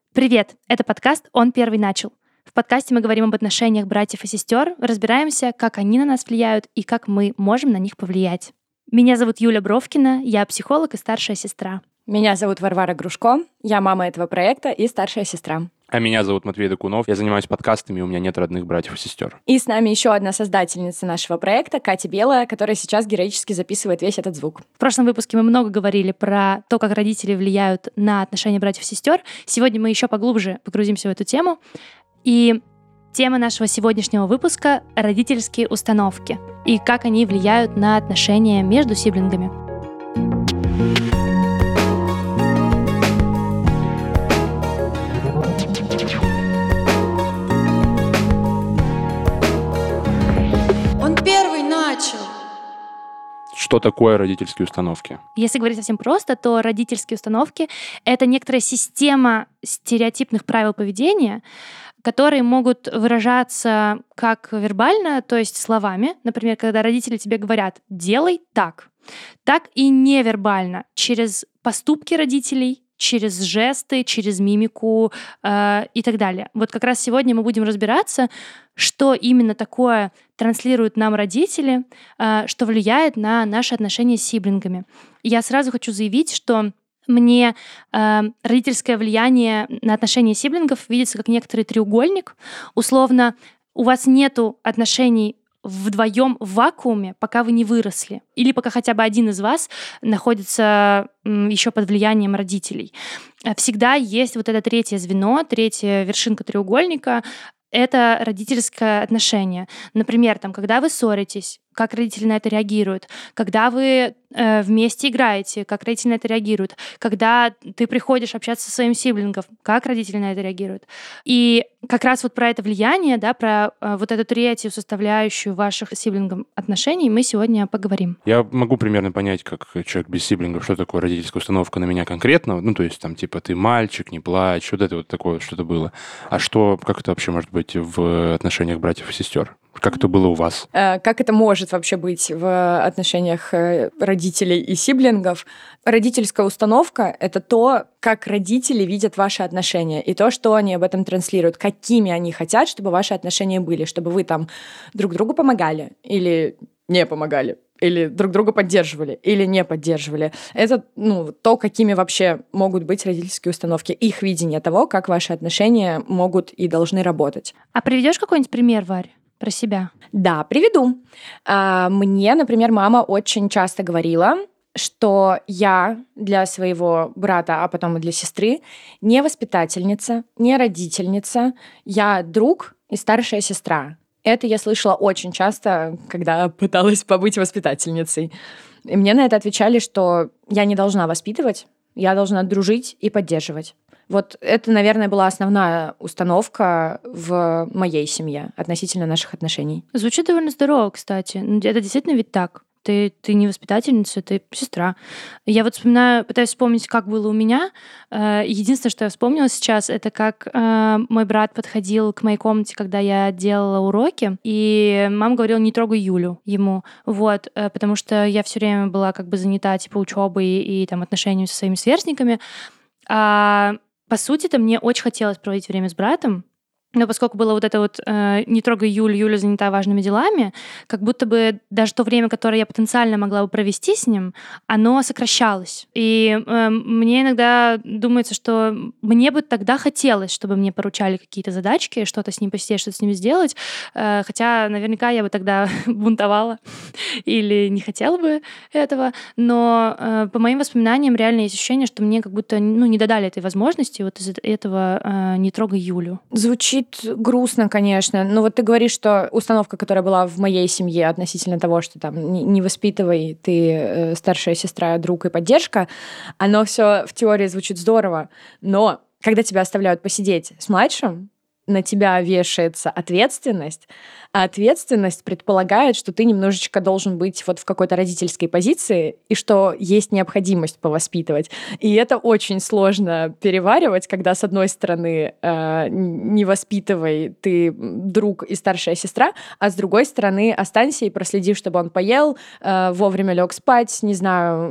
Привет! Это подкаст «Он первый начал». В подкасте мы говорим об отношениях братьев и сестер, разбираемся, как они на нас влияют и как мы можем на них повлиять. Меня зовут Юля Бровкина, я психолог и старшая сестра. Меня зовут Варвара Грушко, я мама этого проекта и старшая сестра. А меня зовут Матвей Докунов, я занимаюсь подкастами, у меня нет родных братьев и сестер. И с нами еще одна создательница нашего проекта, Катя Белая, которая сейчас героически записывает весь этот звук. В прошлом выпуске мы много говорили про то, как родители влияют на отношения братьев и сестер. Сегодня мы еще поглубже погрузимся в эту тему. И тема нашего сегодняшнего выпуска — родительские установки и как они влияют на отношения между сиблингами. Он первый начал. Что такое родительские установки? Если говорить совсем просто, то родительские установки — это некоторая система стереотипных правил поведения, которые могут выражаться как вербально, то есть словами. Например, когда родители тебе говорят «делай так», так и невербально, через поступки родителей, через жесты, через мимику и так далее. Вот как раз сегодня мы будем разбираться, что именно такое транслируют нам родители, что влияет на наши отношения с сиблингами. Я сразу хочу заявить, что мне родительское влияние на отношения сиблингов видится как некоторый треугольник. Условно, у вас нету отношений вдвоем в вакууме, пока вы не выросли, или пока хотя бы один из вас находится еще под влиянием родителей. Всегда есть вот это третье звено, третья вершинка треугольника — это родительское отношение. Например, когда вы ссоритесь, как родители на это реагируют, когда вы вместе играете, как родители на это реагируют, когда ты приходишь общаться со своим сиблингом, как родители на это реагируют. И как раз вот про это влияние, да, про вот эту третью составляющую ваших сиблингов отношений мы сегодня поговорим. Я могу примерно понять, как человек без сиблингов, что такое родительская установка на меня конкретно. Ну, то есть там типа ты мальчик, не плачь, вот это вот такое что-то было. А как это вообще может быть в отношениях братьев и сестер? Как это было у вас? Как это может вообще быть в отношениях родителей и сиблингов? Родительская установка — это то, как родители видят ваши отношения, и то, что они об этом транслируют, какими они хотят, чтобы ваши отношения были, чтобы вы там друг другу помогали или не помогали, или друг друга поддерживали, или не поддерживали. Это то, какими вообще могут быть родительские установки, их видение того, как ваши отношения могут и должны работать. А приведешь какой-нибудь пример, Варь, про себя? Да, приведу. Мне, например, мама очень часто говорила, что я для своего брата, а потом и для сестры, не воспитательница, не родительница, я друг и старшая сестра. Это я слышала очень часто, когда пыталась побыть воспитательницей. И мне на это отвечали, что я не должна воспитывать, я должна дружить и поддерживать. Вот это, наверное, была основная установка в моей семье относительно наших отношений. Звучит довольно здорово, кстати. Это действительно ведь так. Ты не воспитательница, ты сестра. Я вот пытаюсь вспомнить, как было у меня. Единственное, что я вспомнила сейчас, это как мой брат подходил к моей комнате, когда я делала уроки, и мама говорила: не трогай Юлю ему. Вот, потому что я все время была как бы занята типа учебой и там отношениями со своими сверстниками. По сути-то мне очень хотелось проводить время с братом, но поскольку было вот это вот «не трогай Юлю, Юля занята важными делами», как будто бы даже то время, которое я потенциально могла бы провести с ним, оно сокращалось. И мне иногда думается, что мне бы тогда хотелось, чтобы мне поручали какие-то задачки, что-то с ним посидеть, что-то с ним сделать, хотя наверняка я бы тогда бунтовала или не хотела бы этого, но по моим воспоминаниям реально есть ощущение, что мне как будто не додали этой возможности вот из-за этого «не трогай Юлю». Звучит грустно, конечно. Но вот ты говоришь, что установка, которая была в моей семье относительно того, что там не воспитывай, ты старшая сестра, друг и поддержка, оно все в теории звучит здорово. Но когда тебя оставляют посидеть с младшим, на тебя вешается ответственность, а ответственность предполагает, что ты немножечко должен быть вот в какой-то родительской позиции и что есть необходимость повоспитывать. И это очень сложно переваривать, когда, с одной стороны, не воспитывай, ты друг и старшая сестра, а с другой стороны, останься и проследи, чтобы он поел, вовремя лег спать, не знаю,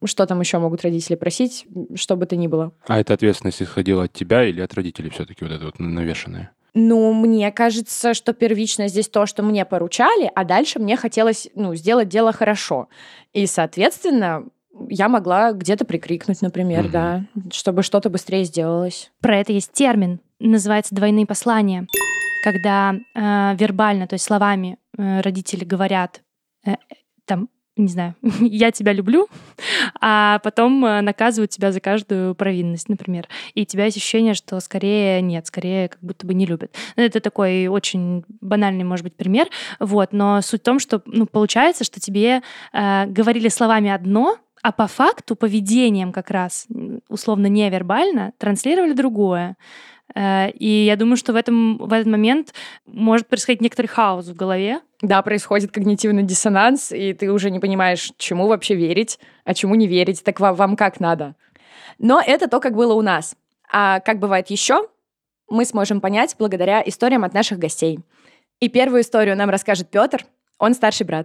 что там еще могут родители просить, что бы то ни было. А эта ответственность исходила от тебя или от родителей все-таки вот это вот навешенное? Ну, мне кажется, что первично здесь то, что мне поручали, а дальше мне хотелось, сделать дело хорошо. И, соответственно, я могла где-то прикрикнуть, например, да, чтобы что-то быстрее сделалось. Про это есть термин, называется двойные послания. Когда вербально, то есть словами родители говорят, там, не знаю, я тебя люблю, а потом наказывают тебя за каждую провинность, например. И у тебя есть ощущение, что скорее нет, скорее как будто бы не любят. Это такой очень банальный, может быть, пример. Вот. Но суть в том, что получается, что тебе говорили словами одно, а по факту поведением как раз, условно невербально, транслировали другое. И я думаю, что в этот момент может происходить некоторый хаос в голове. Да, происходит когнитивный диссонанс, и ты уже не понимаешь, чему вообще верить, а чему не верить. Так вам как надо. Но это то, как было у нас. А как бывает еще, мы сможем понять благодаря историям от наших гостей. И первую историю нам расскажет Петр, он старший брат.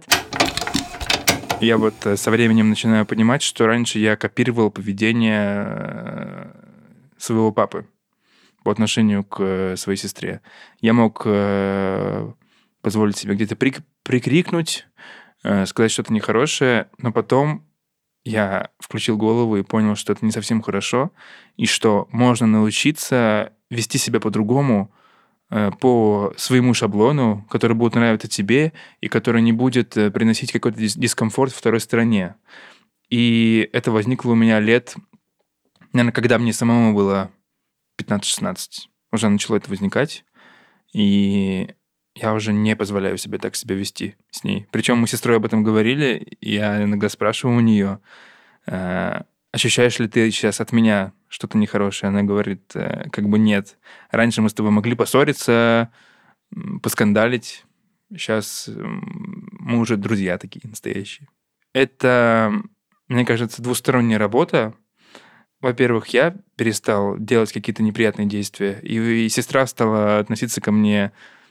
Я вот со временем начинаю понимать, что раньше я копировал поведение своего папы по отношению к своей сестре. Я мог позволить себе где-то прикрикнуть, сказать что-то нехорошее, но потом я включил голову и понял, что это не совсем хорошо, и что можно научиться вести себя по-другому, по своему шаблону, который будет нравиться тебе и который не будет приносить какой-то дискомфорт второй стороне. И это возникло у меня лет, наверное, когда мне самому было 15-16. Уже начало это возникать. И я уже не позволяю себе так себя вести с ней. Причем мы с сестрой об этом говорили, и я иногда спрашиваю у нее, ощущаешь ли ты сейчас от меня что-то нехорошее? Она говорит, как бы нет. Раньше мы с тобой могли поссориться, поскандалить. Сейчас мы уже друзья такие настоящие. Это, мне кажется, двусторонняя работа. Во-первых, я перестал делать какие-то неприятные действия, и сестра стала относиться ко мне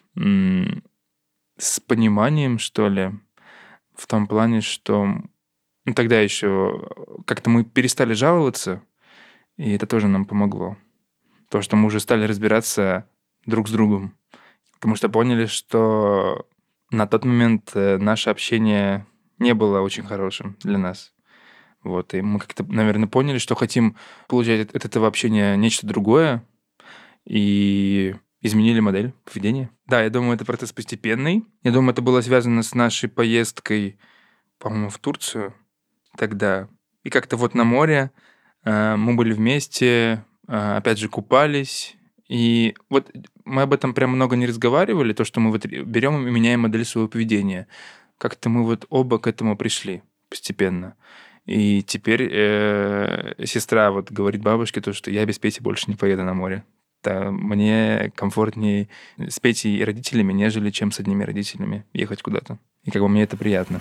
с пониманием, что ли, в том плане, что тогда еще как-то мы перестали жаловаться, и это тоже нам помогло. То, что мы уже стали разбираться друг с другом. Потому что поняли, что на тот момент наше общение не было очень хорошим для нас. Вот, и мы как-то, наверное, поняли, что хотим получать от этого общения нечто другое, и изменили модель поведения. Да, я думаю, это процесс постепенный. Я думаю, это было связано с нашей поездкой, по-моему, в Турцию тогда. И как-то вот на море мы были вместе, опять же, купались. И вот мы об этом прям много не разговаривали, то, что мы вот берем и меняем модель своего поведения. Как-то мы вот оба к этому пришли постепенно. И теперь сестра вот говорит бабушке то, что я без Пети больше не поеду на море. Да, мне комфортнее с Петей и родителями, нежели чем с одними родителями ехать куда-то. И как бы мне это приятно.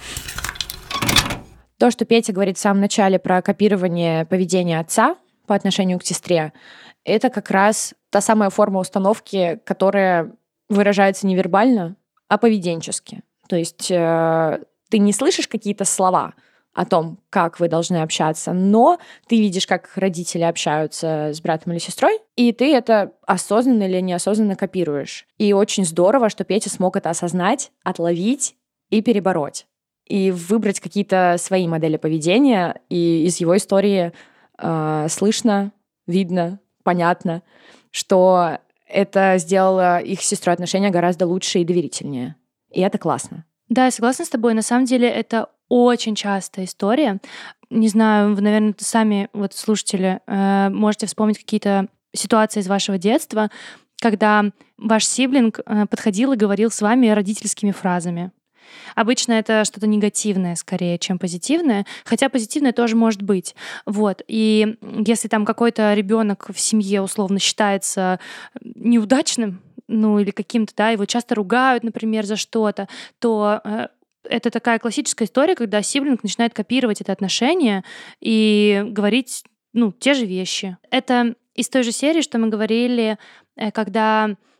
То, что Петя говорит в самом начале про копирование поведения отца по отношению к сестре, это как раз та самая форма установки, которая выражается не вербально, а поведенчески. То есть ты не слышишь какие-то слова о том, как вы должны общаться, но ты видишь, как родители общаются с братом или сестрой, и ты это осознанно или неосознанно копируешь. И очень здорово, что Петя смог это осознать, отловить и перебороть. И выбрать какие-то свои модели поведения. И из его истории слышно, видно, понятно, что это сделало их с сестрой отношения гораздо лучше и доверительнее. И это классно. Да, я согласна с тобой. На самом деле это очень частая история. Не знаю, вы, наверное, сами, вот слушатели, можете вспомнить какие-то ситуации из вашего детства, когда ваш сиблинг подходил и говорил с вами родительскими фразами. Обычно это что-то негативное скорее, чем позитивное, хотя позитивное тоже может быть. Вот. И если там какой-то ребенок в семье условно считается неудачным, или каким-то, да, его часто ругают, например, за что-то, то это такая классическая история, когда сиблинг начинает копировать это отношение и говорить, те же вещи. Это из той же серии, что мы говорили, когда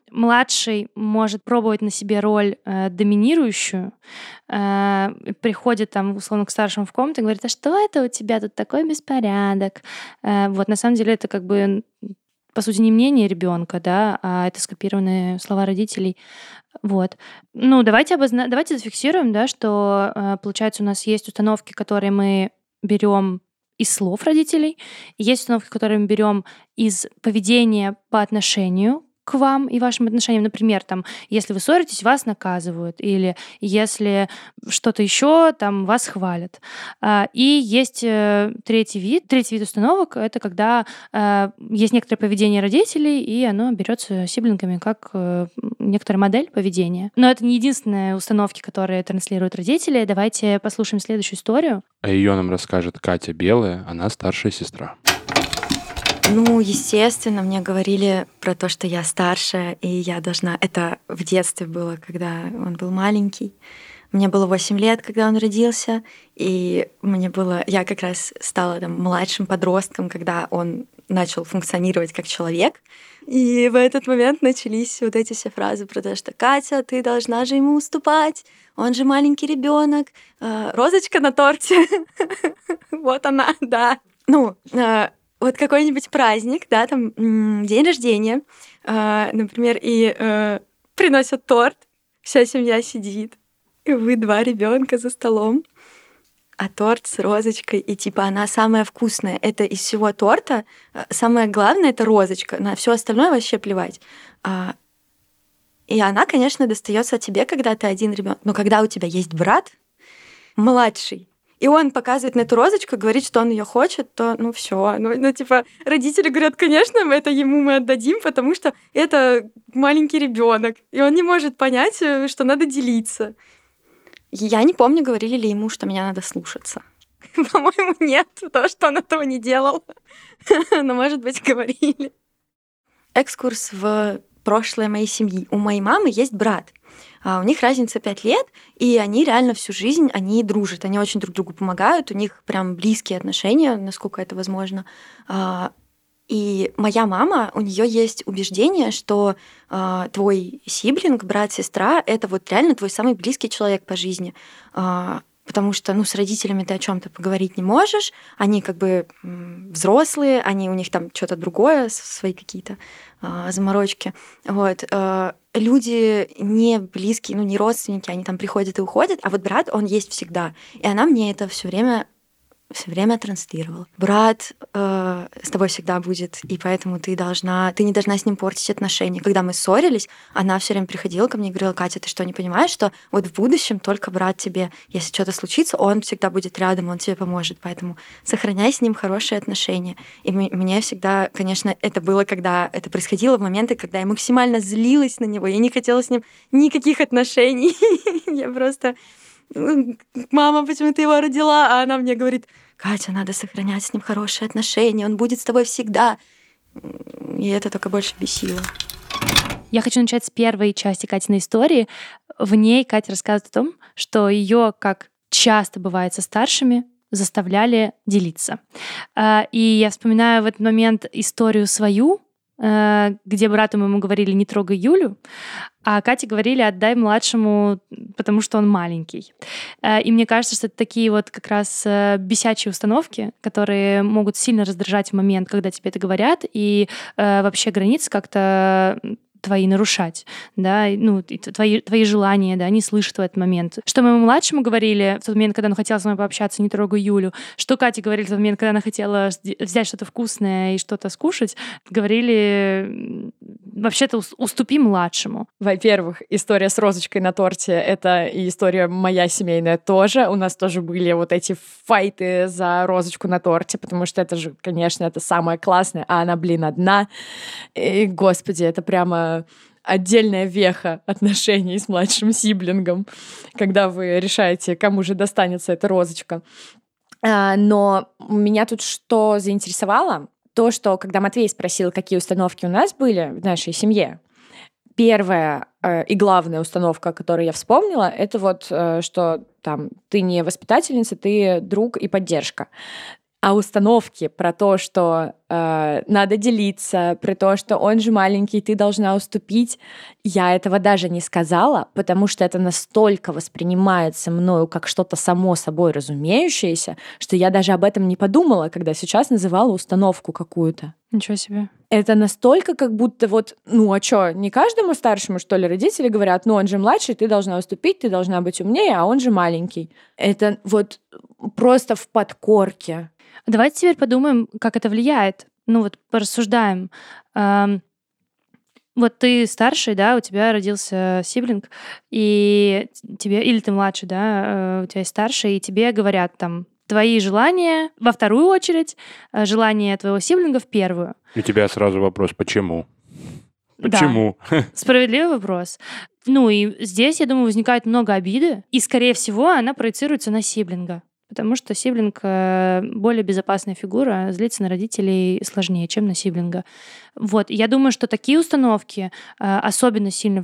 младший может пробовать на себе роль доминирующую, приходит там, условно, к старшему в комнату и говорит: а что это у тебя тут такой беспорядок? Вот, на самом деле это как бы, по сути, не мнение ребенка, да, а это скопированные слова родителей. Вот. Ну, давайте зафиксируем, да, что, получается, у нас есть установки, которые мы берем из слов родителей, и есть установки, которые мы берем из поведения по отношению к вам и вашим отношениям. Например, там, если вы ссоритесь, вас наказывают, или если что-то еще, там, вас хвалят. И есть третий вид установок, это когда есть некоторое поведение родителей, и оно берется сиблингами как некоторая модель поведения. Но это не единственные установки, которые транслируют родители. Давайте послушаем следующую историю. А ее нам расскажет Катя Белая, она старшая сестра. Ну, естественно, мне говорили про то, что я старшая, и я должна... Это в детстве было, когда он был маленький. Мне было 8 лет, когда он родился, и я как раз стала там младшим подростком, когда он начал функционировать как человек. И в этот момент начались вот эти все фразы про то, что «Катя, ты должна же ему уступать, он же маленький ребенок, розочка на торте». Вот она, да. Ну, вот какой-нибудь праздник, да, там день рождения, например, и приносят торт, вся семья сидит, и вы 2 ребенка за столом, а торт с розочкой, и типа она самая вкусная. Это из всего торта самое главное — это розочка, на все остальное вообще плевать. И она, конечно, достается тебе, когда ты один ребенок. Но когда у тебя есть брат младший, и он показывает на эту розочку, говорит, что он ее хочет, то ну все. Ну, типа, родители говорят, конечно, это ему мы отдадим, потому что это маленький ребенок, и он не может понять, что надо делиться. Я не помню, говорили ли ему, что меня надо слушаться. По-моему, нет, потому что он этого не делал. Но, может быть, говорили. Экскурс в прошлое моей семьи. У моей мамы есть брат. У них разница 5 лет, и они реально всю жизнь, они дружат, они очень друг другу помогают, у них прям близкие отношения, насколько это возможно. И моя мама, у нее есть убеждение, что твой сиблинг, брат, сестра, это вот реально твой самый близкий человек по жизни. Потому что, ну, с родителями ты о чем-то поговорить не можешь, они как бы взрослые, у них там что-то другое, свои какие-то заморочки. Вот. Люди не близкие, ну, не родственники, они там приходят и уходят, а вот брат, он есть всегда. И она мне это все время транслировала. Брат с тобой всегда будет, и поэтому ты не должна с ним портить отношения. Когда мы ссорились, она все время приходила ко мне и говорила: Катя, ты что, не понимаешь, что вот в будущем только брат тебе, если что-то случится, он всегда будет рядом, он тебе поможет, поэтому сохраняй с ним хорошие отношения. И мне всегда, конечно, это было, когда это происходило в моменты, когда я максимально злилась на него, я не хотела с ним никаких отношений. Я просто... Мама, почему ты его родила? А она мне говорит: Катя, надо сохранять с ним хорошие отношения, он будет с тобой всегда. И это только больше бесило. Я хочу начать с первой части Катиной истории. В ней Катя рассказывает о том, что ее, как часто бывает со старшими, заставляли делиться. И я вспоминаю в этот момент историю свою, где брату моему говорили: не трогай Юлю, а Кате говорили: отдай младшему, потому что он маленький. И мне кажется, что это такие вот как раз бесячие установки, которые могут сильно раздражать в момент, когда тебе это говорят, и вообще границы как-то твои нарушать, да, ну, твои желания, да, не слышат в этот момент. Что моему младшему говорили в тот момент, когда он хотел со мной пообщаться: не трогай Юлю, что Кате говорили в тот момент, когда она хотела взять что-то вкусное и что-то скушать, говорили: вообще-то уступи младшему. Во-первых, история с розочкой на торте — это и история моя семейная тоже. У нас тоже были вот эти файты за розочку на торте, потому что это же, конечно, это самое классное, а она, одна. И, господи, это прямо отдельная веха отношений с младшим сиблингом, когда вы решаете, кому же достанется эта розочка. Но меня тут что заинтересовало? То, что когда Матвей спросил, какие установки у нас были в нашей семье, первая и главная установка, которую я вспомнила, это вот, что там ты не воспитательница, ты друг и поддержка. А установки про то, что надо делиться, про то, что он же маленький, ты должна уступить, я этого даже не сказала, потому что это настолько воспринимается мною как что-то само собой разумеющееся, что я даже об этом не подумала, когда сейчас называла установку какую-то. Ничего себе. Это настолько как будто вот, ну а чё, не каждому старшему, что ли, родители говорят, ну он же младший, ты должна уступить, ты должна быть умнее, а он же маленький. Это вот просто в подкорке. Давайте теперь подумаем, как это влияет. Ну вот порассуждаем. Вот ты старший, да, у тебя родился сиблинг, и тебе, или ты младший, да, у тебя есть старший, и тебе говорят там твои желания во вторую очередь, желания твоего сиблинга в первую. У тебя сразу вопрос, почему? Да. Почему? Справедливый вопрос. Ну и здесь, я думаю, возникает много обиды, и, скорее всего, она проецируется на сиблинга. Потому что сиблинг более безопасная фигура, злиться на родителей сложнее, чем на сиблинга. Вот. Я думаю, что такие установки особенно сильно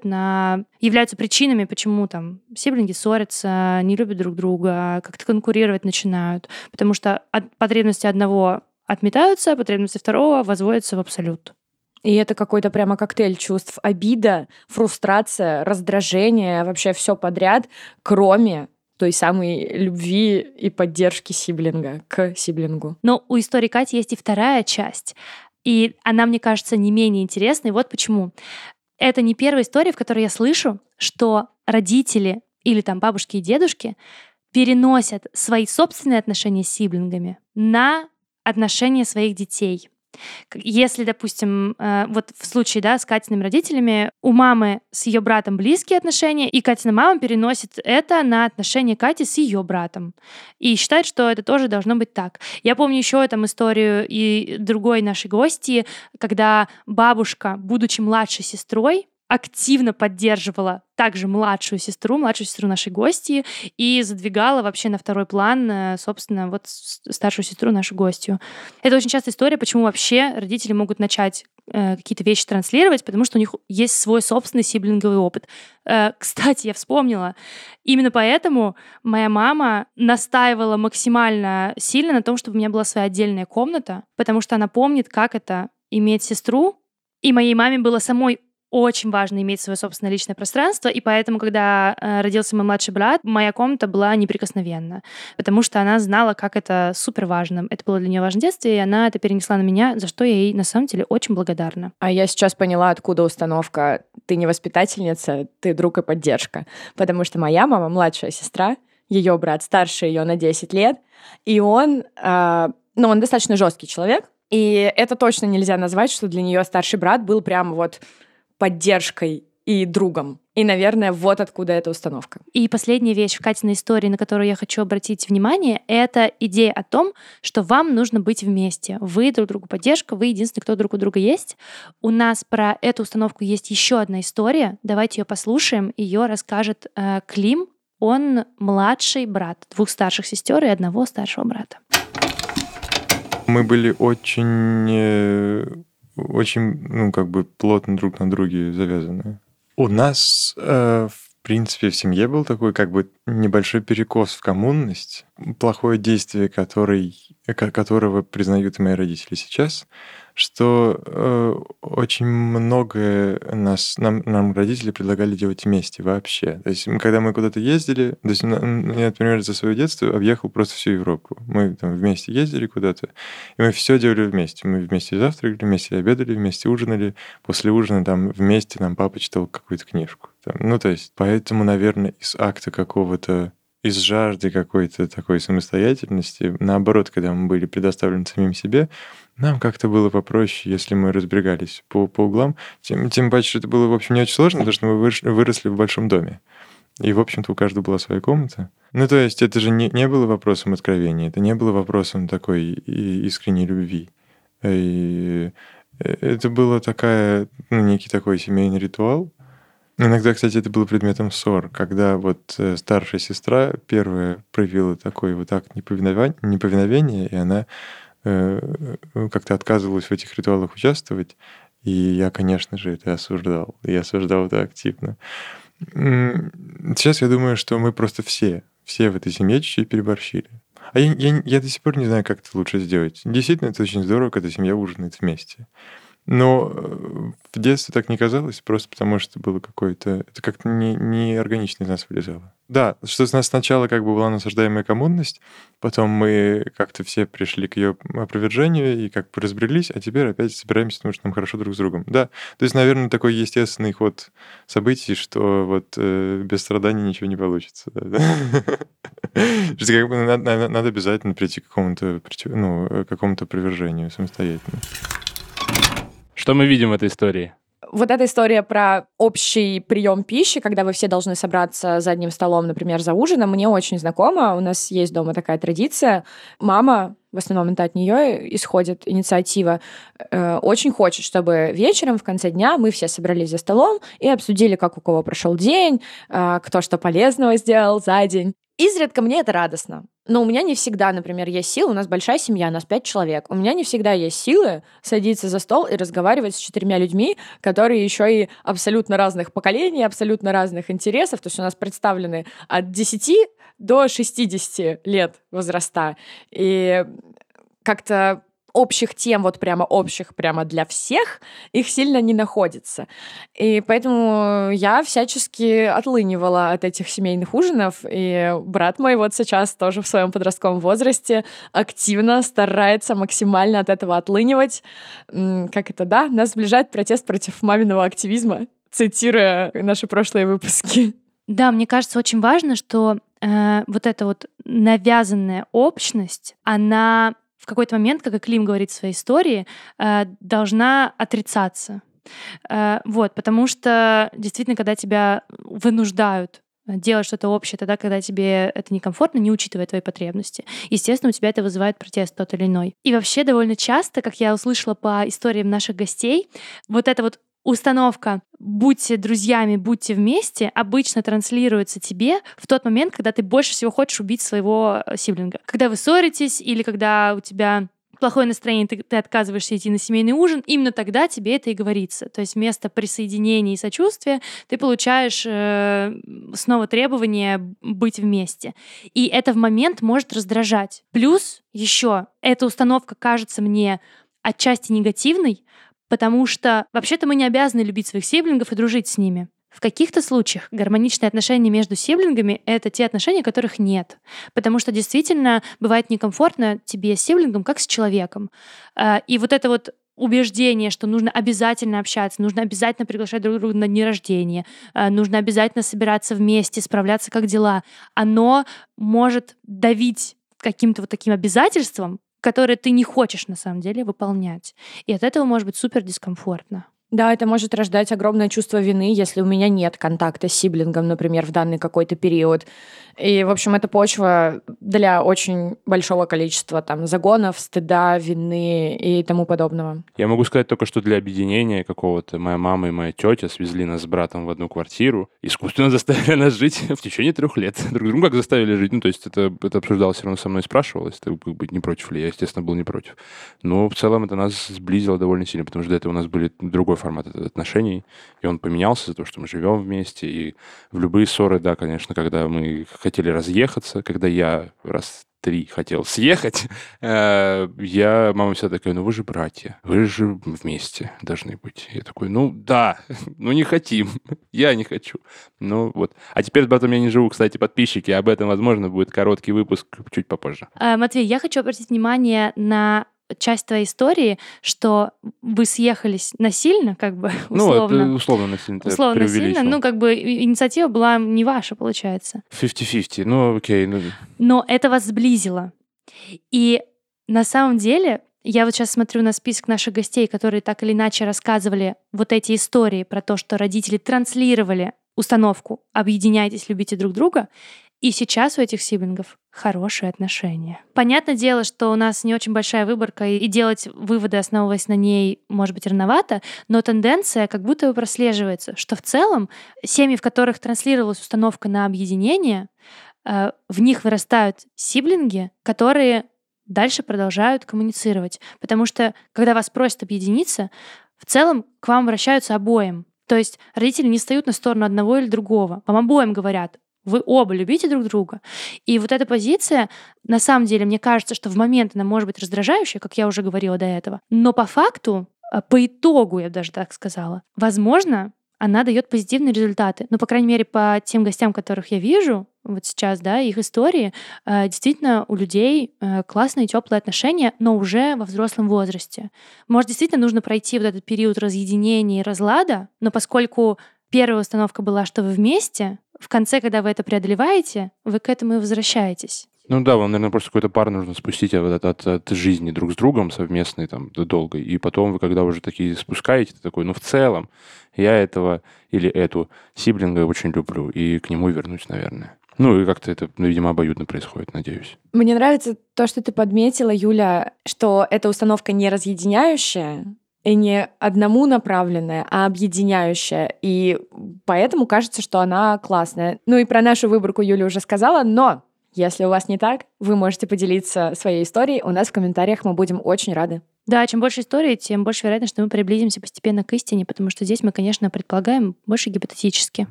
являются причинами, почему там сиблинги ссорятся, не любят друг друга, как-то конкурировать начинают. Потому что потребности одного отметаются, а потребности второго возводятся в абсолют. И это какой-то прямо коктейль чувств. Обида, фрустрация, раздражение, вообще все подряд, кроме той самой любви и поддержки сиблинга к сиблингу. Но у истории Кати есть и вторая часть. И она, мне кажется, не менее интересной. Вот почему. Это не первая история, в которой я слышу, что родители или там бабушки и дедушки переносят свои собственные отношения с сиблингами на отношения своих детей. Если, допустим, вот в случае, да, с Катиными родителями, у мамы с ее братом близкие отношения, и Катина мама переносит это на отношения Кати с ее братом. И считает, что это тоже должно быть так. Я помню еще там историю и другой нашей гости, когда бабушка, будучи младшей сестрой, активно поддерживала также младшую сестру нашей гости, и задвигала вообще на второй план, собственно, вот старшую сестру, нашу гостью. Это очень частая история, почему вообще родители могут начать какие-то вещи транслировать, потому что у них есть свой собственный сиблинговый опыт. Кстати, я вспомнила, именно поэтому моя мама настаивала максимально сильно на том, чтобы у меня была своя отдельная комната, потому что она помнит, как это иметь сестру, и моей маме было самой очень важно иметь свое собственное личное пространство, и поэтому, когда родился мой младший брат, моя комната была неприкосновенна, потому что она знала, как это супер важно. Это было для нее важно в детстве, и она это перенесла на меня, за что я ей на самом деле очень благодарна. А я сейчас поняла, откуда установка «ты не воспитательница, ты друг и поддержка». Потому что моя мама, младшая сестра, ее брат старше ее на 10 лет, и он достаточно жесткий человек, и это точно нельзя назвать, что для нее старший брат был прям вот поддержкой и другом. И, наверное, вот откуда эта установка. И последняя вещь в Катиной истории, на которую я хочу обратить внимание, это идея о том, что вам нужно быть вместе. Вы друг другу поддержка, вы единственный, кто друг у друга есть. У нас про эту установку есть еще одна история. Давайте ее послушаем. Ее расскажет Клим. Он младший брат 2 старших сестер и 1 старшего брата. Мы были очень, плотно друг на друге завязаны. У нас, в принципе, в семье был такой небольшой перекос в коммунность, плохое действие, которого признают и мои родители сейчас, что очень многое нам родители предлагали делать вместе вообще. То есть, когда мы куда-то ездили, то есть, я, например, за свое детство объехал просто всю Европу. Мы там вместе ездили куда-то, и мы все делали вместе. Мы вместе завтракали, вместе обедали, вместе ужинали. После ужина там вместе нам папа читал какую-то книжку. То есть, поэтому, наверное, из акта какого-то, из жажды какой-то такой самостоятельности, наоборот, когда мы были предоставлены самим себе, нам как-то было попроще, если мы разбегались по углам. Тем паче, что это было, в общем, не очень сложно, потому что мы выросли в большом доме. И, в общем-то, у каждого была своя комната. То есть это же не было вопросом откровения, это не было вопросом такой искренней любви. И это было некий такой семейный ритуал. Иногда, кстати, это было предметом ссор, когда вот старшая сестра первая проявила такой вот акт неповиновения, и она как-то отказывалась в этих ритуалах участвовать, и я, конечно же, это осуждал. Я осуждал это активно. Сейчас я думаю, что мы просто все в этой семье чуть-чуть переборщили. А я до сих пор не знаю, как это лучше сделать. Действительно, это очень здорово, когда семья ужинает вместе. Но в детстве так не казалось, просто потому что было какое-то... Это как-то не органично из нас вылезало. Да, что у нас сначала как бы была насаждаемая коммунность, потом мы как-то все пришли к ее опровержению и как бы разбрелись, а теперь опять собираемся, потому что нам хорошо друг с другом. Да, то есть, наверное, такой естественный ход событий, что вот без страданий ничего не получится. Что как бы надо обязательно прийти к какому-то опровержению самостоятельно. Что мы видим в этой истории? Вот эта история про общий прием пищи, когда вы все должны собраться за одним столом, например, за ужином, мне очень знакома. У нас есть дома такая традиция. Мама, в основном это от нее исходит инициатива, очень хочет, чтобы вечером в конце дня мы все собрались за столом и обсудили, как у кого прошел день, кто что полезного сделал за день. Изредка мне это радостно. Но у меня не всегда, например, есть силы. У нас большая семья, у нас 5 человек. У меня не всегда есть силы садиться за стол и разговаривать с 4 людьми, которые еще и абсолютно разных поколений, абсолютно разных интересов. То есть у нас представлены от 10 до 60 лет возраста. И как-то общих тем, вот прямо общих, прямо для всех, их сильно не находится. И поэтому я всячески отлынивала от этих семейных ужинов, и брат мой вот сейчас тоже в своем подростковом возрасте активно старается максимально от этого отлынивать. Нас сближает протест против маминого активизма, цитируя наши прошлые выпуски. Да, мне кажется, очень важно, что вот эта вот навязанная общность, она в какой-то момент, как и Клим говорит в своей истории, должна отрицаться. Потому что действительно, когда тебя вынуждают делать что-то общее тогда, когда тебе это некомфортно, не учитывая твои потребности, естественно, у тебя это вызывает протест тот или иной. И вообще довольно часто, как я услышала по историям наших гостей, вот эта вот установка «будьте друзьями, будьте вместе» обычно транслируется тебе в тот момент, когда ты больше всего хочешь убить своего сиблинга. Когда вы ссоритесь или когда у тебя плохое настроение, ты отказываешься идти на семейный ужин, именно тогда тебе это и говорится. То есть вместо присоединения и сочувствия ты получаешь снова требование быть вместе. И это в момент может раздражать. Плюс еще эта установка кажется мне отчасти негативной, потому что вообще-то мы не обязаны любить своих сиблингов и дружить с ними. В каких-то случаях гармоничные отношения между сиблингами — это те отношения, которых нет. Потому что действительно бывает некомфортно тебе с сиблингом, как с человеком. И вот это вот убеждение, что нужно обязательно общаться, нужно обязательно приглашать друг друга на дни рождения, нужно обязательно собираться вместе, справляться, как дела, оно может давить каким-то вот таким обязательством, которые ты не хочешь на самом деле выполнять. И от этого может быть супер дискомфортно. Да, это может рождать огромное чувство вины, если у меня нет контакта с сиблингом, например, в данный какой-то период. И, в общем, это почва для очень большого количества загонов, стыда, вины и тому подобного. Я могу сказать только, что для объединения какого-то моя мама и моя тетя свезли нас с братом в одну квартиру, искусственно заставили нас жить в течение 3 лет. Друг друга как заставили жить? То есть это обсуждалось, все равно со мной спрашивалось, не против ли. Я, естественно, был не против. Но в целом это нас сблизило довольно сильно, потому что до этого у нас были другой формат отношений, и он поменялся за то, что мы живем вместе, и в любые ссоры, да, конечно, когда мы хотели разъехаться, когда я раз 3 хотел съехать, мама всегда такая: вы же братья, вы же вместе должны быть. Я такой: да, не хотим, я не хочу. Вот. А теперь с братом я не живу, кстати, подписчики, об этом, возможно, будет короткий выпуск чуть попозже. Матвей, я хочу обратить внимание на часть твоей истории, что вы съехались насильно, условно. Это условно насильно. Условно насильно, инициатива была не ваша, получается. 50-50, окей. Но это вас сблизило. И на самом деле, я вот сейчас смотрю на список наших гостей, которые так или иначе рассказывали вот эти истории про то, что родители транслировали установку «объединяйтесь, любите друг друга», и сейчас у этих сиблингов хорошие отношения. Понятное дело, что у нас не очень большая выборка, и делать выводы, основываясь на ней, может быть, рановато, но тенденция как будто бы прослеживается, что в целом семьи, в которых транслировалась установка на объединение, в них вырастают сиблинги, которые дальше продолжают коммуницировать. Потому что, когда вас просят объединиться, в целом к вам обращаются обоим. То есть родители не встают на сторону одного или другого. Вам обоим говорят: Вы оба любите друг друга. И вот эта позиция, на самом деле, мне кажется, что в момент она может быть раздражающая, как я уже говорила до этого. Но по факту, по итогу, я бы даже так сказала, возможно, она дает позитивные результаты. Ну, по крайней мере, по тем гостям, которых я вижу вот сейчас, да, их истории, действительно у людей классные, теплые отношения, но уже во взрослом возрасте. Может, действительно нужно пройти вот этот период разъединения и разлада, но поскольку первая установка была, что вы вместе, в конце, когда вы это преодолеваете, вы к этому и возвращаетесь. Ну да, вам, наверное, просто какой-то пар нужно спустить от жизни друг с другом совместной, там, долгой. И потом вы, когда уже такие спускаете, ты такой, ну, в целом, я этого или эту сиблинга очень люблю, и к нему вернусь, наверное. Ну, и как-то это, видимо, обоюдно происходит, надеюсь. Мне нравится то, что ты подметила, Юля, что эта установка не разъединяющая и не одному направленная, а объединяющая. И поэтому кажется, что она классная. Ну и про нашу выборку Юля уже сказала, но если у вас не так, вы можете поделиться своей историей. У нас в комментариях мы будем очень рады. Да, чем больше историй, тем больше вероятность, что мы приблизимся постепенно к истине, потому что здесь мы, конечно, предполагаем больше гипотетически.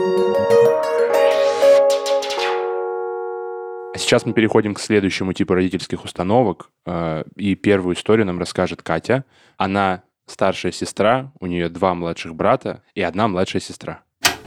А сейчас мы переходим к следующему типу родительских установок. И первую историю нам расскажет Катя. Она старшая сестра, у нее 2 младших брата и 1 младшая сестра.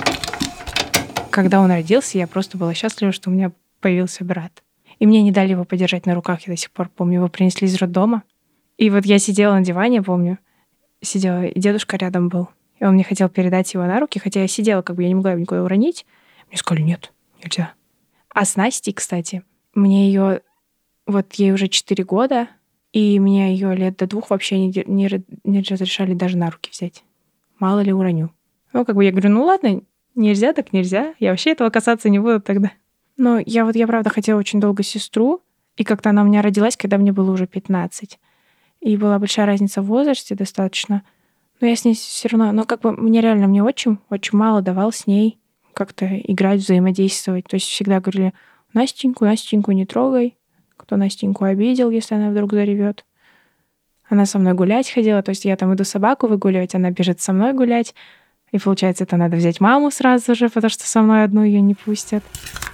Когда он родился, я просто была счастлива, что у меня появился брат. И мне не дали его подержать на руках, я до сих пор помню. Его принесли из роддома. И вот я сидела на диване, помню, сидела, и дедушка рядом был. И он мне хотел передать его на руки, хотя я сидела, как бы я не могла его никуда уронить. Мне сказали, нет, нельзя. А с Настей, кстати, мне ее... Вот ей уже 4 года, и меня ее лет до 2 вообще не разрешали даже на руки взять. Мало ли уроню. Ну, как бы я говорю, ну ладно, нельзя так нельзя. Я вообще этого касаться не буду тогда. Но я правда хотела очень долго сестру, и как-то она у меня родилась, когда мне было уже 15. И была большая разница в возрасте достаточно. Но я с ней все равно... Но как бы мне очень мало давал с ней как-то играть, взаимодействовать. То есть всегда говорили, Настеньку не трогай. Кто Настеньку обидел, если она вдруг заревет. Она со мной гулять ходила. То есть я там иду собаку выгуливать, она бежит со мной гулять. И получается, это надо взять маму сразу же, потому что со мной одну ее не пустят.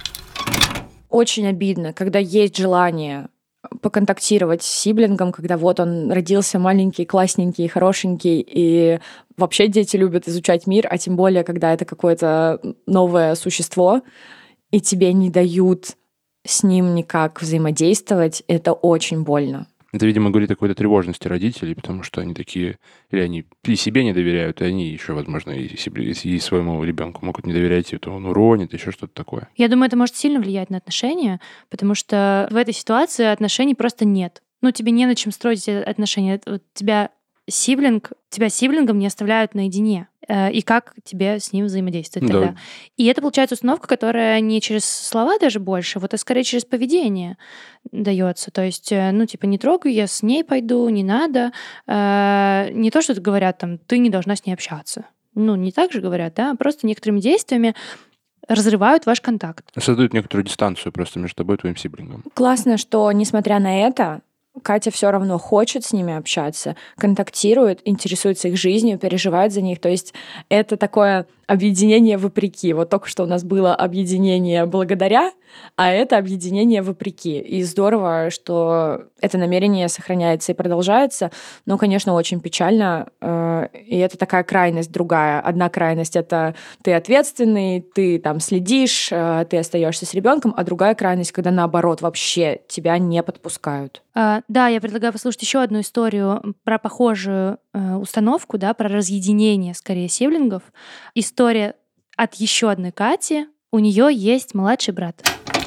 Очень обидно, когда есть желание поконтактировать с сиблингом, когда вот он родился маленький, классненький, хорошенький, и вообще дети любят изучать мир, а тем более, когда это какое-то новое существо, и тебе не дают с ним никак взаимодействовать, это очень больно. Это, видимо, говорит о какой-то тревожности родителей, потому что они такие, или они и себе не доверяют, и они еще, возможно, и своему ребенку могут не доверять, и то он уронит, еще что-то такое. Я думаю, это может сильно влиять на отношения, потому что в этой ситуации отношений просто нет. Ну, тебе не на чем строить эти отношения. Вот тебя сиблингом не оставляют наедине. И как тебе с ним взаимодействовать тогда? И это, получается, установка, которая не через слова даже больше, вот, а скорее через поведение дается. То есть, ну, типа, не трогай, я с ней пойду, не надо. Не то, что говорят, там, ты не должна с ней общаться. Ну, не так же говорят, да? Просто некоторыми действиями разрывают ваш контакт. Создают некоторую дистанцию просто между тобой и твоим сиблингом. Классно, что, несмотря на это, Катя все равно хочет с ними общаться, контактирует, интересуется их жизнью, переживает за них. То есть это такое объединение вопреки. Вот только что у нас было объединение благодаря, а это объединение вопреки. И здорово, что это намерение сохраняется и продолжается. Но, конечно, очень печально. И это такая крайность другая. Одна крайность — это ты ответственный, ты там следишь, ты остаешься с ребенком, а другая крайность, когда наоборот вообще тебя не подпускают. Да, я предлагаю послушать еще одну историю про похожую установку, да, про разъединение, скорее, сиблингов. История от еще одной Кати. У нее есть младший брат.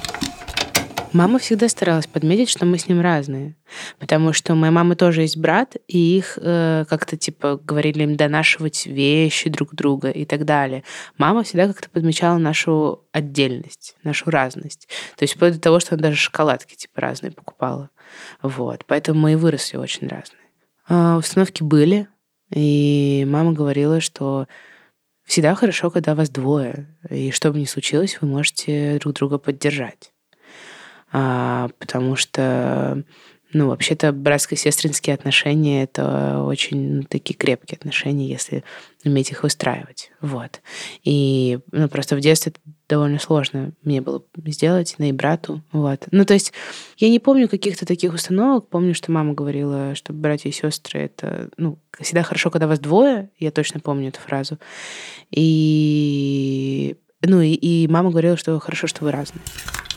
Мама всегда старалась подметить, что мы с ним разные. Потому что у моей мамы тоже есть брат, и их как-то типа говорили им донашивать вещи друг друга и так далее. Мама всегда как-то подмечала нашу отдельность, нашу разность. То есть вплоть до того, что она даже шоколадки типа разные покупала. Вот. Поэтому мы и выросли очень разные. Установки были, и мама говорила, что всегда хорошо, когда вас двое, и что бы ни случилось, вы можете друг друга поддержать. Потому что, Ну, вообще-то братско-сестринские отношения — это очень такие крепкие отношения, если уметь их выстраивать. Вот. И просто в детстве это довольно сложно мне было сделать, и брату. Вот. Ну, то есть я не помню каких-то таких установок. Помню, что мама говорила, что братья и сестры — это всегда хорошо, когда вас двое. Я точно помню эту фразу. И мама говорила, что хорошо, что вы разные.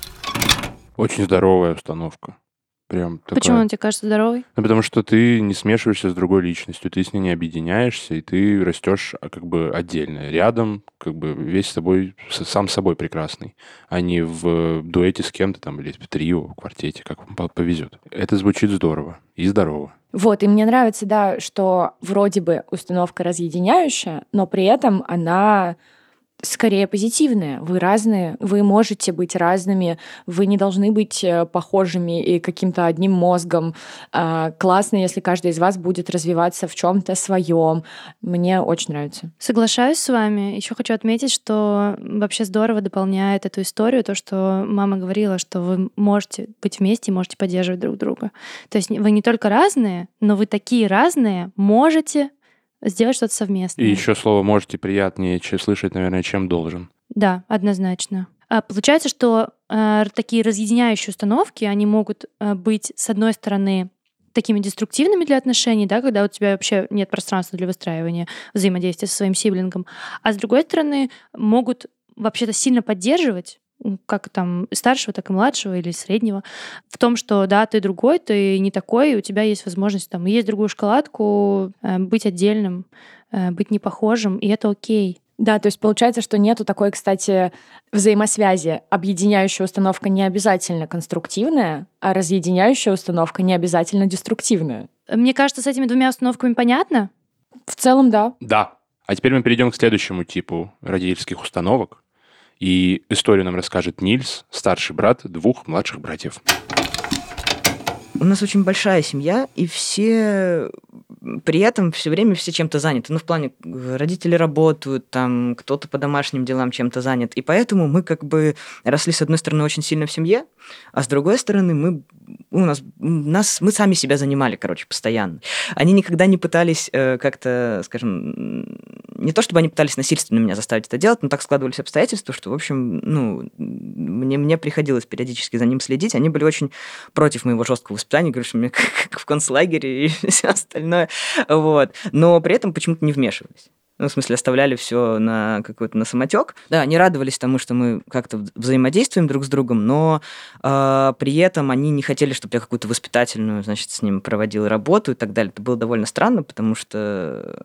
Очень здоровая установка. Прям такая. Почему он тебе кажется здоровый? Ну, потому что ты не смешиваешься с другой личностью, ты с ней не объединяешься, и ты растешь как бы отдельно, рядом, как бы весь с собой, сам собой прекрасный, а не в дуэте с кем-то там или в трио, в квартете, как вам повезет. Это звучит здорово и здорово. Вот, и мне нравится, да, что вроде бы установка разъединяющая, но при этом она скорее позитивная. Вы разные, вы можете быть разными, вы не должны быть похожими и каким-то одним мозгом. Классно, если каждый из вас будет развиваться в чем-то своем. Мне очень нравится. Соглашаюсь с вами. Еще хочу отметить, что вообще здорово дополняет эту историю то, что мама говорила, что вы можете быть вместе и можете поддерживать друг друга. То есть вы не только разные, но вы такие разные, можете сделать что-то совместное. И еще слово «можете» приятнее слышать, наверное, чем «должен». Да, однозначно. Получается, что такие разъединяющие установки, они могут быть, с одной стороны, такими деструктивными для отношений, да, когда у тебя вообще нет пространства для выстраивания взаимодействия со своим сиблингом, а с другой стороны, могут вообще-то сильно поддерживать, как там старшего, так и младшего или среднего, в том, что да, ты другой, ты не такой, и у тебя есть возможность там есть другую шоколадку, быть отдельным, быть непохожим, и это окей. Да, то есть получается, что нету такой, кстати, взаимосвязи. Объединяющая установка не обязательно конструктивная, а разъединяющая установка не обязательно деструктивная. Мне кажется, с этими двумя установками понятно? В целом, да. Да. А теперь мы перейдем к следующему типу родительских установок. И историю нам расскажет Нильс, старший брат 2 младших братьев. У нас очень большая семья, и все при этом все время все чем-то заняты. Ну, в плане, родители работают, там кто-то по домашним делам чем-то занят. И поэтому мы как бы росли, с одной стороны, очень сильно в семье, а с другой стороны, мы сами себя занимали, короче, постоянно. Они никогда не пытались как-то, скажем, не то чтобы они пытались насильственно меня заставить это делать, но так складывались обстоятельства, что, в общем, мне приходилось периодически за ним следить. Они были очень против моего жесткого воспитания, говорят, что у меня как в концлагере и все остальное. Вот. Но при этом почему-то не вмешивались. Ну, в смысле, оставляли все на какой-то на самотек. Да, они радовались тому, что мы как-то взаимодействуем друг с другом, но при этом они не хотели, чтобы я какую-то воспитательную, значит, с ним проводил работу и так далее. Это было довольно странно, потому что,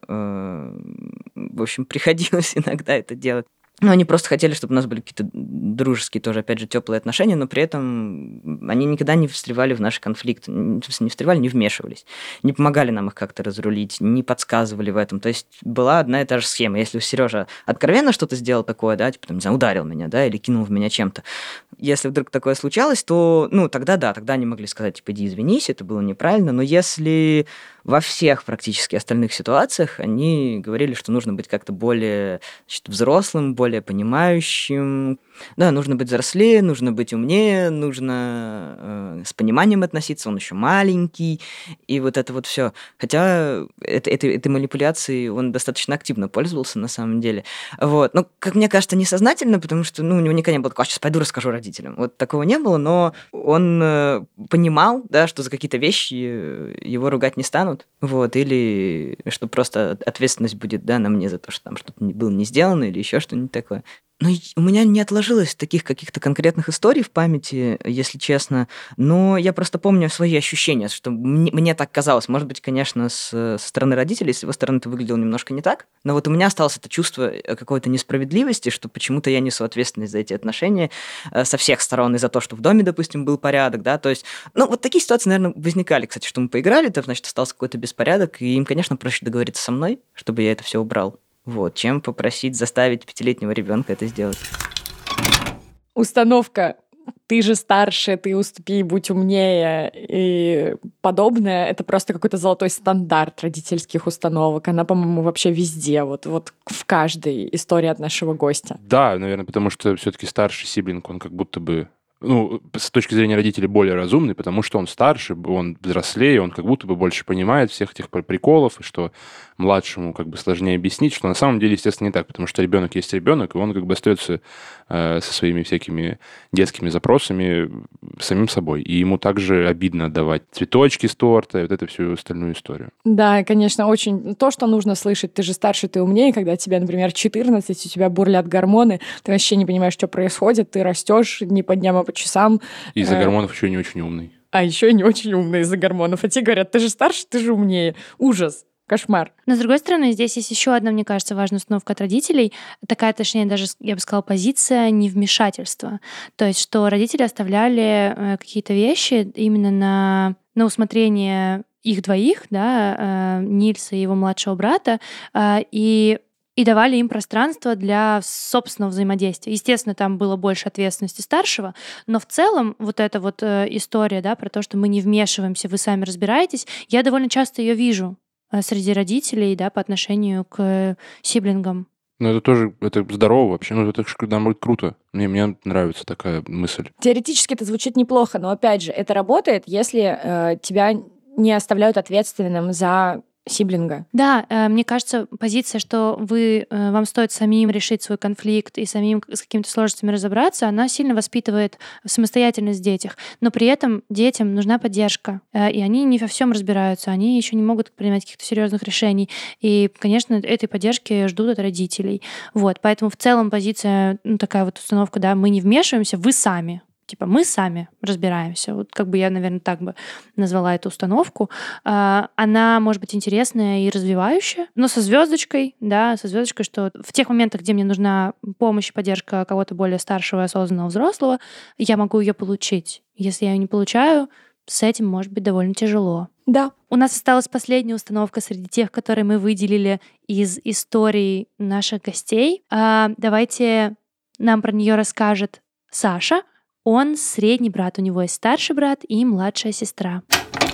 в общем, приходилось иногда это делать. Ну, они просто хотели, чтобы у нас были какие-то дружеские тоже, опять же, теплые отношения, но при этом они никогда не встревали в наши конфликты. Не встревали, не вмешивались. Не помогали нам их как-то разрулить, не подсказывали в этом. То есть была одна и та же схема. Если Сережа откровенно что-то сделал такое, да, типа, там, не знаю, ударил меня, да, или кинул в меня чем-то. Если вдруг такое случалось, то, тогда да, тогда они могли сказать, типа, иди извинись, это было неправильно. Но если во всех практически остальных ситуациях они говорили, что нужно быть как-то более, значит, взрослым, более понимающим. Да, нужно быть взрослее, нужно быть умнее, нужно с пониманием относиться, он еще маленький, и вот это вот все. Хотя этой манипуляцией он достаточно активно пользовался на самом деле. Вот. Ну, как мне кажется, несознательно, потому что у него никогда не было такого, сейчас пойду расскажу родителям. Вот такого не было, но он понимал, да, что за какие-то вещи его ругать не станут. Вот, или что просто ответственность будет, да, на мне за то, что там что-то было не сделано или еще что-нибудь такое. Но у меня не отложилось таких каких-то конкретных историй в памяти, если честно, но я просто помню свои ощущения, что мне так казалось. Может быть, конечно, со стороны родителей, с его стороны это выглядело немножко не так, но вот у меня осталось это чувство какой-то несправедливости, что почему-то я несу ответственность за эти отношения со всех сторон, и за то, что в доме, допустим, был порядок, да, то есть, вот такие ситуации, наверное, возникали, кстати, что мы поиграли, то, значит, остался какой-то беспорядок, и им, конечно, проще договориться со мной, чтобы я это все убрал. Вот, чем попросить заставить 5-летнего ребенка это сделать. Установка «ты же старше, ты уступи, будь умнее» и подобное — это просто какой-то золотой стандарт родительских установок. Она, по-моему, вообще везде, вот в каждой истории от нашего гостя. Да, наверное, потому что все-таки старший сиблинг, он как будто бы с точки зрения родителей более разумный, потому что он старше, он взрослее, он как будто бы больше понимает всех этих приколов, и что младшему как бы сложнее объяснить, что на самом деле, естественно, не так, потому что ребенок есть ребенок, и он как бы остается со своими всякими детскими запросами самим собой. И ему также обидно отдавать цветочки с торта, и вот эту всю остальную историю. Да, конечно, очень то, что нужно слышать. Ты же старше, ты умнее, когда тебе, например, 14, у тебя бурлят гормоны, ты вообще не понимаешь, что происходит, ты растешь не по дням, а по часам. И из-за гормонов еще не очень умный. А еще и не очень умный из-за гормонов. А те говорят, ты же старше, ты же умнее. Ужас. Кошмар. Но, с другой стороны, здесь есть еще одна, мне кажется, важная установка от родителей. Такая, точнее, даже, я бы сказала, позиция невмешательства. То есть, что родители оставляли какие-то вещи именно на усмотрение их двоих, да, Нильса и его младшего брата, и давали им пространство для собственного взаимодействия. Естественно, там было больше ответственности старшего, но в целом вот эта вот история, да, про то, что мы не вмешиваемся, вы сами разбираетесь, я довольно часто ее вижу среди родителей, да, по отношению к сиблингам. Ну, это тоже, это здорово вообще, ну, это наоборот круто. Мне нравится такая мысль. Теоретически это звучит неплохо, но, опять же, это работает, если тебя не оставляют ответственным за сиблинга. Да, мне кажется, позиция, что вам стоит самим решить свой конфликт и самим с какими-то сложностями разобраться, она сильно воспитывает самостоятельность в детях. Но при этом детям нужна поддержка. И они не во всем разбираются, они еще не могут принимать каких-то серьезных решений. И, конечно, этой поддержки ждут от родителей. Вот, поэтому в целом позиция, такая вот установка, да, мы не вмешиваемся, вы сами. Типа мы сами разбираемся. Вот как бы я, наверное, так бы назвала эту установку. Она может быть интересная и развивающая, но со звездочкой, да, что в тех моментах, где мне нужна помощь и поддержка кого-то более старшего, осознанного, взрослого, я могу ее получить. Если я ее не получаю, с этим может быть довольно тяжело. Да. У нас осталась последняя установка среди тех, которые мы выделили из историй наших гостей. Давайте нам про нее расскажет Саша. Он средний брат, у него есть старший брат и младшая сестра.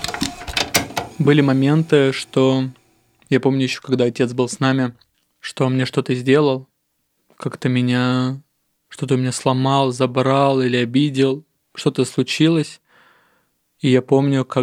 Были моменты, что... Я помню еще, когда отец был с нами, что он мне что-то сделал, как-то что-то меня сломал, забрал или обидел, что-то случилось. И я помню, как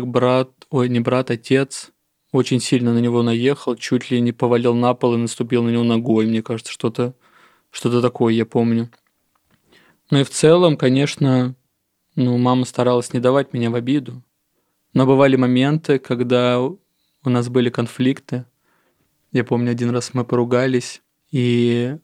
отец очень сильно на него наехал, чуть ли не повалил на пол и наступил на него ногой. Мне кажется, что-то такое я помню. Ну и в целом, конечно, мама старалась не давать меня в обиду. Но бывали моменты, когда у нас были конфликты. Я помню, один раз мы поругались, и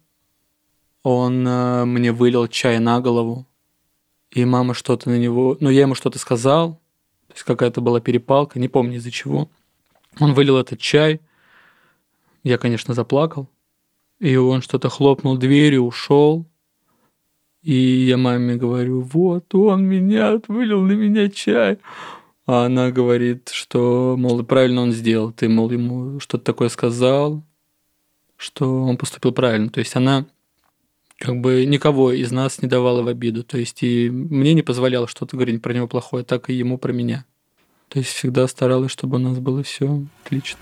он мне вылил чай на голову. И мама что-то на него... я ему что-то сказал, то есть какая-то была перепалка, не помню из-за чего. Он вылил этот чай, я, конечно, заплакал, и он что-то хлопнул дверью, ушел. И я маме говорю, вот он вылил на меня чай. А она говорит, что, мол, правильно он сделал. Ты, мол, ему что-то такое сказал, что он поступил правильно. То есть она как бы никого из нас не давала в обиду. То есть и мне не позволяла что-то говорить про него плохое, так и ему про меня. То есть всегда старалась, чтобы у нас было все отлично.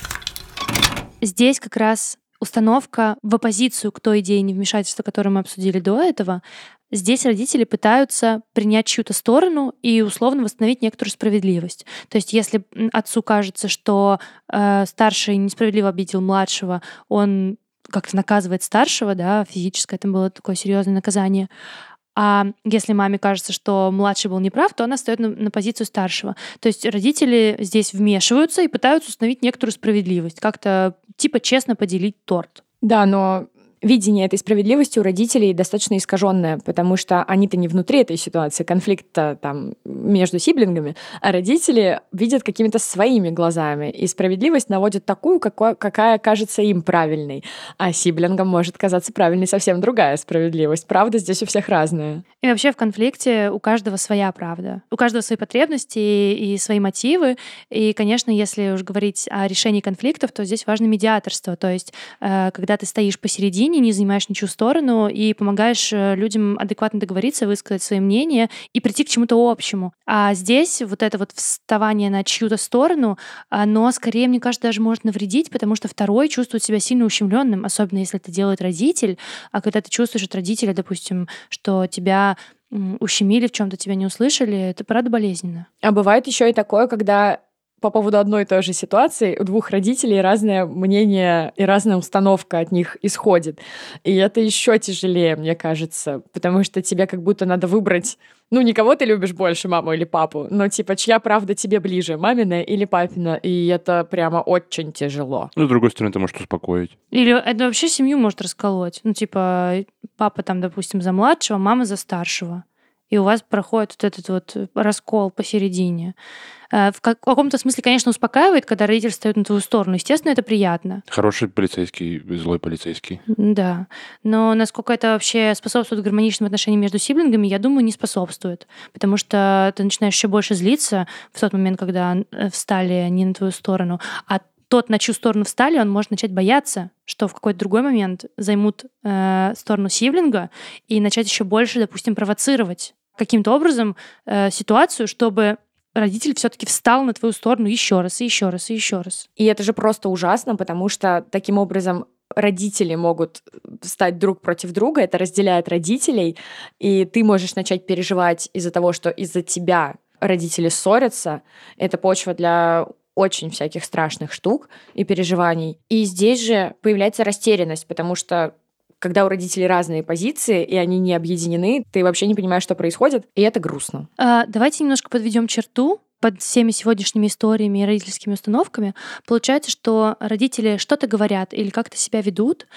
Здесь как раз установка в оппозицию к той идее невмешательства, которую мы обсудили до этого. Здесь родители пытаются принять чью-то сторону и условно восстановить некоторую справедливость. То есть если отцу кажется, что старший несправедливо обидел младшего, он как-то наказывает старшего, да, физически, это было такое серьезное наказание. А если маме кажется, что младший был неправ, то она встает на позицию старшего. То есть родители здесь вмешиваются и пытаются установить некоторую справедливость, как-то типа честно поделить торт. Да, но видение этой справедливости у родителей достаточно искаженное, потому что они-то не внутри этой ситуации, конфликта там между сиблингами, а родители видят какими-то своими глазами, и справедливость наводят такую, какая кажется им правильной, а сиблингам может казаться правильной совсем другая справедливость. Правда здесь у всех разная. И вообще в конфликте у каждого своя правда, у каждого свои потребности и свои мотивы, и, конечно, если уж говорить о решении конфликтов, то здесь важно медиаторство, то есть когда ты стоишь посередине, не занимаешь ничью сторону и помогаешь людям адекватно договориться, высказать свои мнения и прийти к чему-то общему. А здесь вот это вот вставание на чью-то сторону, оно скорее, мне кажется, даже может навредить, потому что второй чувствует себя сильно ущемленным, особенно если это делает родитель. А когда ты чувствуешь от родителя, допустим, что тебя ущемили в чем-то, тебя не услышали, это правда болезненно. А бывает еще и такое, когда по поводу одной и той же ситуации у двух родителей разное мнение и разная установка от них исходит. И это еще тяжелее, мне кажется, потому что тебе как будто надо выбрать, не кого ты любишь больше, маму или папу, но типа чья правда тебе ближе, мамина или папина, и это прямо очень тяжело. С другой стороны, ты можешь успокоить. Или это вообще семью может расколоть. Папа там, допустим, за младшего, мама за старшего. И у вас проходит вот этот вот раскол посередине. В каком-то смысле, конечно, успокаивает, когда родитель встает на твою сторону. Естественно, это приятно. Хороший полицейский, злой полицейский. Да. Но насколько это вообще способствует гармоничным отношениям между сиблингами, я думаю, не способствует. Потому что ты начинаешь еще больше злиться в тот момент, когда встали не на твою сторону. А тот, на чью сторону встали, он может начать бояться, что в какой-то другой момент займут сторону сиблинга и начать еще больше, допустим, провоцировать каким-то образом ситуацию, чтобы родитель все-таки встал на твою сторону еще раз, и еще раз, и еще раз. И это же просто ужасно, потому что таким образом родители могут стать друг против друга, это разделяет родителей, и ты можешь начать переживать из-за того, что из-за тебя родители ссорятся. Это почва для очень всяких страшных штук и переживаний. И здесь же появляется растерянность, потому что когда у родителей разные позиции, и они не объединены, ты вообще не понимаешь, что происходит, и это грустно. Давайте немножко подведем черту под всеми сегодняшними историями и родительскими установками. Получается, что родители что-то говорят или как-то себя ведут,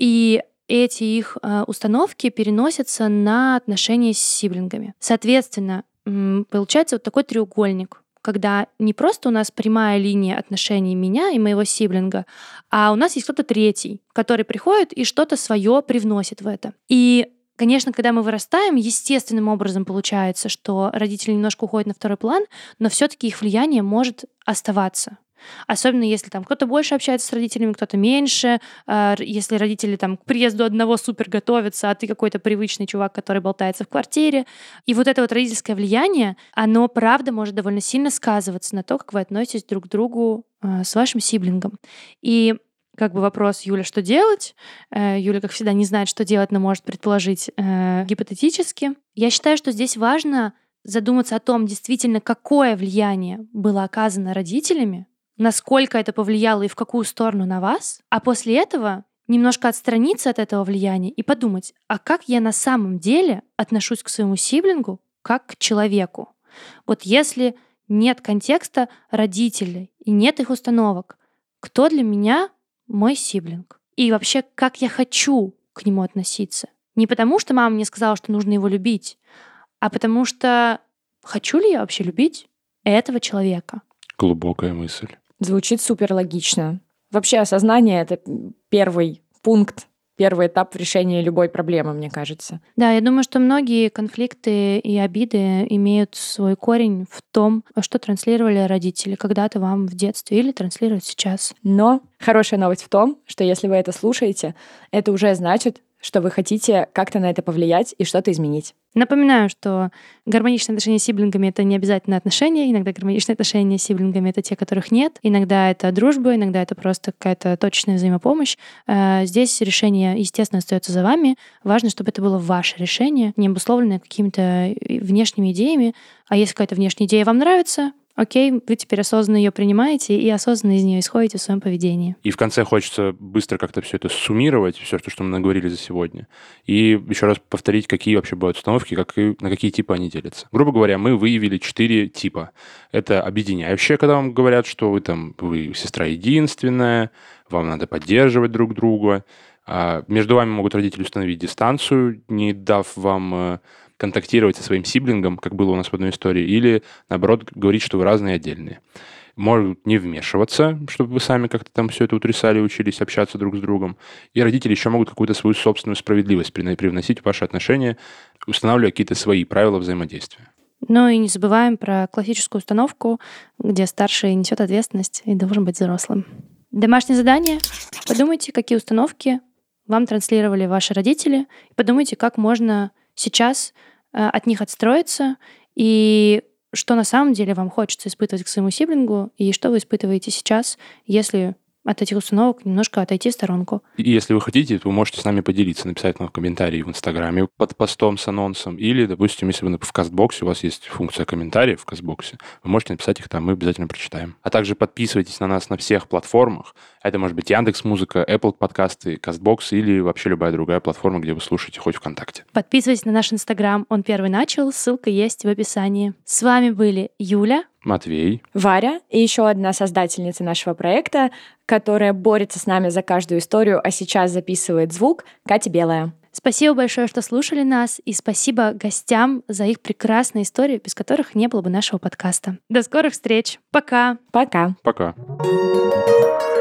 и эти их установки переносятся на отношения с сиблингами. Соответственно, получается вот такой треугольник, когда не просто у нас прямая линия отношений меня и моего сиблинга, а у нас есть кто-то третий, который приходит и что-то свое привносит в это. И, конечно, когда мы вырастаем, естественным образом получается, что родители немножко уходят на второй план, но все-таки их влияние может оставаться. Особенно если там кто-то больше общается с родителями, кто-то меньше, если родители там к приезду одного супер готовятся, а ты какой-то привычный чувак, который болтается в квартире. И вот это вот родительское влияние, оно, правда, может довольно сильно сказываться на то, как вы относитесь друг к другу с вашим сиблингом. И как бы вопрос, Юля, что делать? Юля, как всегда, не знает, что делать, но может предположить гипотетически. Я считаю, что здесь важно задуматься о том, действительно, какое влияние было оказано родителями, насколько это повлияло и в какую сторону на вас, а после этого немножко отстраниться от этого влияния и подумать, а как я на самом деле отношусь к своему сиблингу как к человеку. Вот если нет контекста родителей и нет их установок, кто для меня мой сиблинг? И вообще, как я хочу к нему относиться? Не потому, что мама мне сказала, что нужно его любить, а потому что хочу ли я вообще любить этого человека? Глубокая мысль. Звучит супер логично. Вообще осознание — это первый пункт, первый этап в решении любой проблемы, мне кажется. Да, я думаю, что многие конфликты и обиды имеют свой корень в том, что транслировали родители когда-то вам в детстве или транслируют сейчас. Но хорошая новость в том, что если вы это слушаете, это уже значит, что вы хотите как-то на это повлиять и что-то изменить. Напоминаю, что гармоничные отношения с сиблингами — это не обязательно отношения. Иногда гармоничные отношения с сиблингами — это те, которых нет. Иногда это дружба, иногда это просто какая-то точная взаимопомощь. Здесь решение, естественно, остается за вами. Важно, чтобы это было ваше решение, не обусловленное какими-то внешними идеями. А если какая-то внешняя идея вам нравится, окей, вы теперь осознанно ее принимаете и осознанно из нее исходите в своем поведении. И в конце хочется быстро как-то все это суммировать, все, что мы наговорили за сегодня, и еще раз повторить, какие вообще бывают установки, на какие типы они делятся. Грубо говоря, мы выявили 4 типа. Это объединяющее, когда вам говорят, что вы сестра единственная, вам надо поддерживать друг друга. Между вами могут родители установить дистанцию, не дав вам контактировать со своим сиблингом, как было у нас в одной истории, или, наоборот, говорить, что вы разные и отдельные. Могут не вмешиваться, чтобы вы сами как-то там все это утрясали, учились общаться друг с другом. И родители еще могут какую-то свою собственную справедливость привносить в ваши отношения, устанавливая какие-то свои правила взаимодействия. Ну и не забываем про классическую установку, где старший несет ответственность и должен быть взрослым. Домашнее задание. Подумайте, какие установки вам транслировали ваши родители. Подумайте, как можно сейчас от них отстроиться, и что на самом деле вам хочется испытывать к своему сиблингу, и что вы испытываете сейчас, если от этих установок немножко отойти в сторонку. И если вы хотите, то вы можете с нами поделиться, написать нам в комментарии в Инстаграме под постом с анонсом. Или, допустим, если вы в Кастбоксе, у вас есть функция комментариев в Кастбоксе, вы можете написать их там, мы обязательно прочитаем. А также подписывайтесь на нас на всех платформах. Это может быть Яндекс.Музыка, Apple подкасты, Кастбокс или вообще любая другая платформа, где вы слушаете, хоть ВКонтакте. Подписывайтесь на наш Инстаграм, он первый начал, ссылка есть в описании. С вами были Юля, Матвей, Варя и еще одна создательница нашего проекта, которая борется с нами за каждую историю, а сейчас записывает звук, Катя Белая. Спасибо большое, что слушали нас, и спасибо гостям за их прекрасные истории, без которых не было бы нашего подкаста. До скорых встреч. Пока. Пока. Пока.